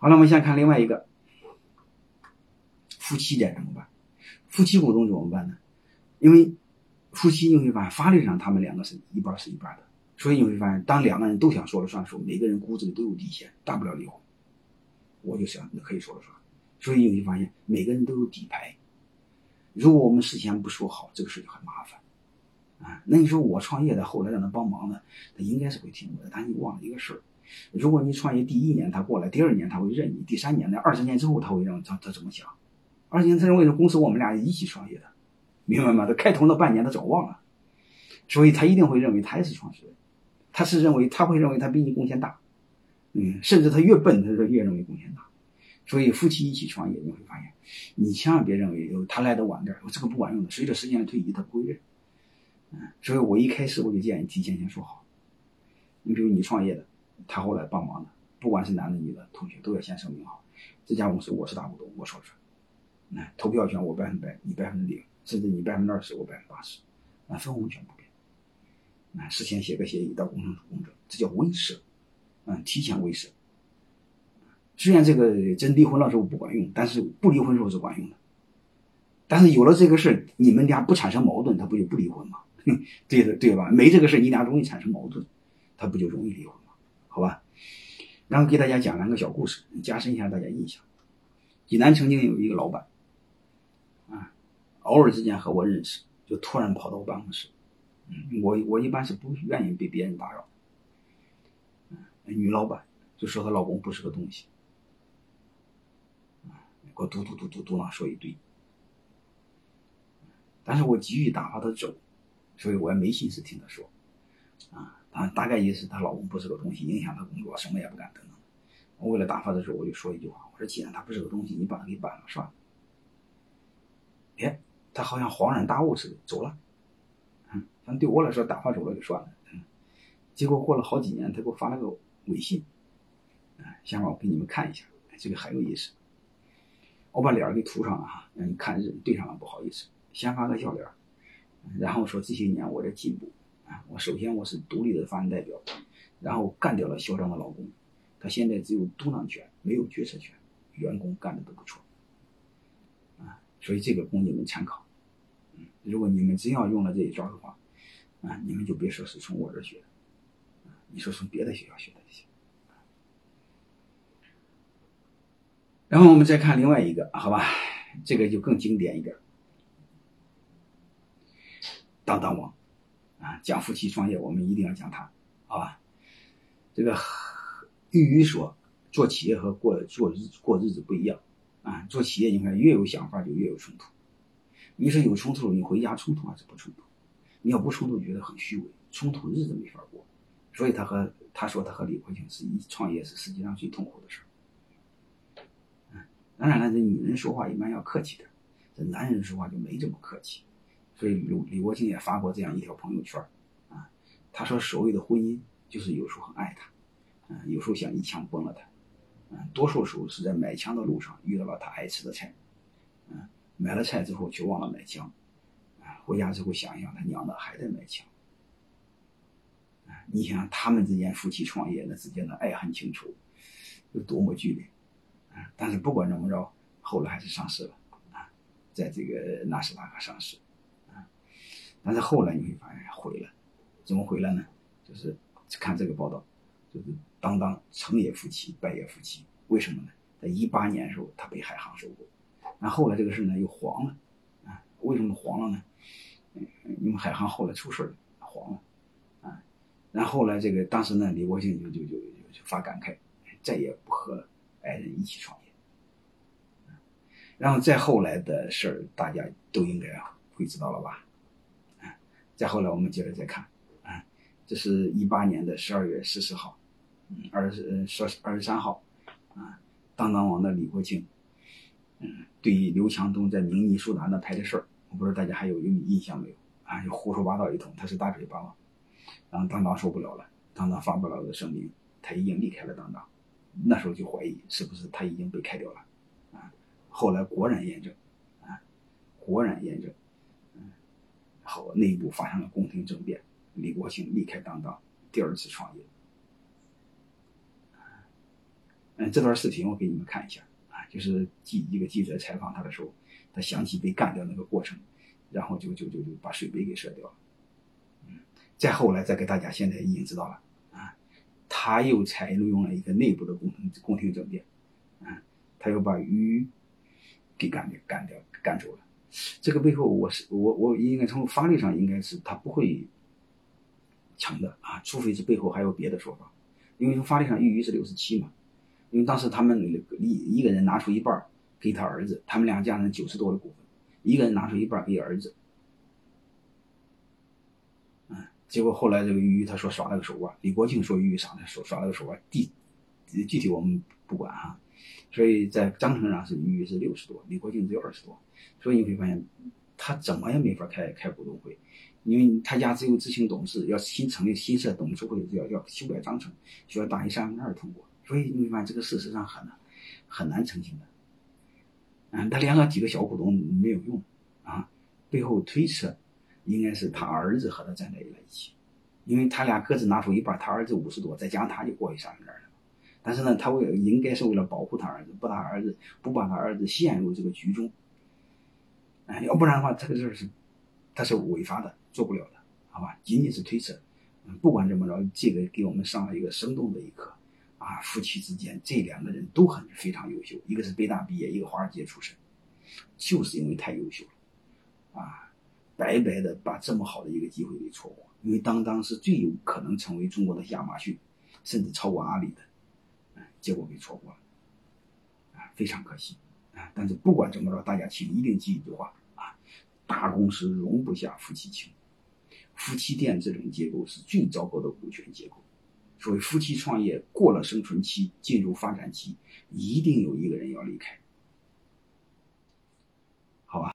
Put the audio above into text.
好了，我们先看另外一个，夫妻该怎么办？夫妻股东怎么办呢？因为夫妻你会发现法律上他们两个是一半的，所以你会发现当两个人都想说了算的时候，每个人骨子里都有底线，大不了离婚。我就想可以说了算，所以你会发现每个人都有底牌。如果我们事先不说好，这个事就很麻烦啊。那你说我创业的，后来让他帮忙的，他应该是会听我的，但你忘了一个事儿。如果你创业第1年他过来，第2年他会认你，第3年的20年之后他会认他怎么想？20年他认为公司我们俩一起创业的，明白吗？他开头那半年他早忘了，所以他一定会认为他也是创始人，他会认为他比你贡献大，甚至他越笨他就越认为贡献大。所以夫妻一起创业，你会发现，你千万别认为他来的晚点，这个不管用的，随着时间的推移他不会认。所以我一开始我就建议提前先说好。你比如你创业的，他后来帮忙的，不管是男的女的同学，都要先声明好，这家公司我是大股东，我说了算，投票权我100%，你0%，甚至你20%，我80%，分红权不变。事先写个协议到公证处公证，这叫威慑，提前威慑。虽然这个真离婚了时候不管用，但是不离婚时候是管用的。但是有了这个事，你们俩不产生矛盾，他不就不离婚吗？对吧？没这个事，你俩容易产生矛盾，他不就容易离婚吗？好吧。然后给大家讲2个小故事，加深一下大家印象。济南曾经有一个老板偶尔之间和我认识，就突然跑到我办公室。我一般是不愿意被别人打扰。女老板就说她老公不是个东西，给我嘟囔说一堆。但是我急于打发她走，所以我也没心思听她说。大概意思她老公不是个东西，影响她工作，什么也不干等等。我为了打发的时候，我就说一句话，我说既然他不是个东西，你把他给办了算了。他好像恍然大悟似的走了。反正对我来说打发走了就算了。结果过了好几年，他给我发了个微信，先让我给你们看一下，这个很有意思。我把脸给涂上了让你看人对上了，不好意思。先发个笑脸，然后说这些年我的进步首先我是独立的法人代表，然后干掉了嚣张的老公，他现在只有督囊权没有决策权，员工干的都不错所以这个供你们参考。如果你们真要用了这一招的话你们就别说是从我这儿学的，你说从别的学校学的就行。然后我们再看另外一个，好吧，这个就更经典一点。当当网讲夫妻创业，我们一定要讲它，好吧？这个俞说，做企业和过日子不一样做企业你看越有想法就越有冲突。你说有冲突，你回家冲突还是不冲突？你要不冲突觉得很虚伪，冲突日子没法过。所以他说他和李国庆创业是世界上最痛苦的事。当然了，这女人说话一般要客气点，这男人说话就没这么客气。所以李国庆也发过这样一条朋友圈他说所谓的婚姻就是有时候很爱他有时候想一枪崩了他多数时候是在买枪的路上遇到了他爱吃的菜买了菜之后却忘了买枪回家之后想一想他娘的还在买枪你想他们之间夫妻创业那之间的爱恨情仇有多么剧烈但是不管怎么着后来还是上市了在这个纳斯达克上市但是后来你会发现毁了。怎么毁了呢？就是看这个报道，就是当当成也夫妻败也夫妻。为什么呢？在18年的时候他被海航收购，那后来这个事呢又黄了为什么黄了呢？因为海航后来出事了，黄了然后来这个当时呢李国庆就发感慨，再也不和爱人一起创业。然后再后来的事儿大家都应该会知道了吧再后来我们接着再看这是18年的12月14号23号当当网的李国庆对于刘强东在明尼苏达那拍的事儿，我不知道大家还有印象没有就胡说八道一通，他是大嘴巴嘛。然后当当受不了了，当当发布了个声明，他已经离开了当当。那时候就怀疑是不是他已经被开掉了后来果然验证后内部发生了宫廷政变，李国庆离开当当，第2次创业这段视频我给你们看一下啊，就是一个记者采访他的时候，他想起被干掉那个过程，然后就把水杯给射掉了。再后来再给大家现在已经知道了啊，他又采用了一个内部的宫廷政变啊，他又把鱼给干走了。这个背后我应该从法律上应该是他不会成的啊，除非是背后还有别的说法。因为从法律上鱼是67嘛，因为当时他们一个人拿出一半给他儿子，他们两家人90多的股份，一个人拿出一半给儿子。结果后来这个俞他说耍了个手腕，李国庆说俞耍了个手腕，具体我们不管啊。所以在章程上是俞是60多，李国庆只有20多。所以你会发现他怎么也没法开股东会，因为他家只有执行董事，要成立新设董事会要修改章程，需要大于2/3通过。所以你会发现这个事实上很难成型的。他联合几个小股东没有用啊，背后推测应该是他儿子和他站在一起，因为他俩各自拿出一半，他儿子50多，再加上他就过于3/3了。但是呢，他应该是为了保护他儿子，不把他儿子陷入这个局中。要不然的话，这个事他是违法的，做不了的，好吧？仅仅是推测。不管怎么着，这个给我们上了一个生动的一课啊！夫妻之间这两个人都非常优秀，一个是北大毕业，一个华尔街出身，就是因为太优秀了啊！白白的把这么好的一个机会给错过，因为当是最有可能成为中国的亚马逊，甚至超过阿里的，结果给错过了，非常可惜啊！但是不管怎么着，大家请一定记一句话啊：大公司容不下夫妻情，夫妻店这种结构是最糟糕的股权结构。所谓夫妻创业过了生存期，进入发展期，一定有一个人要离开。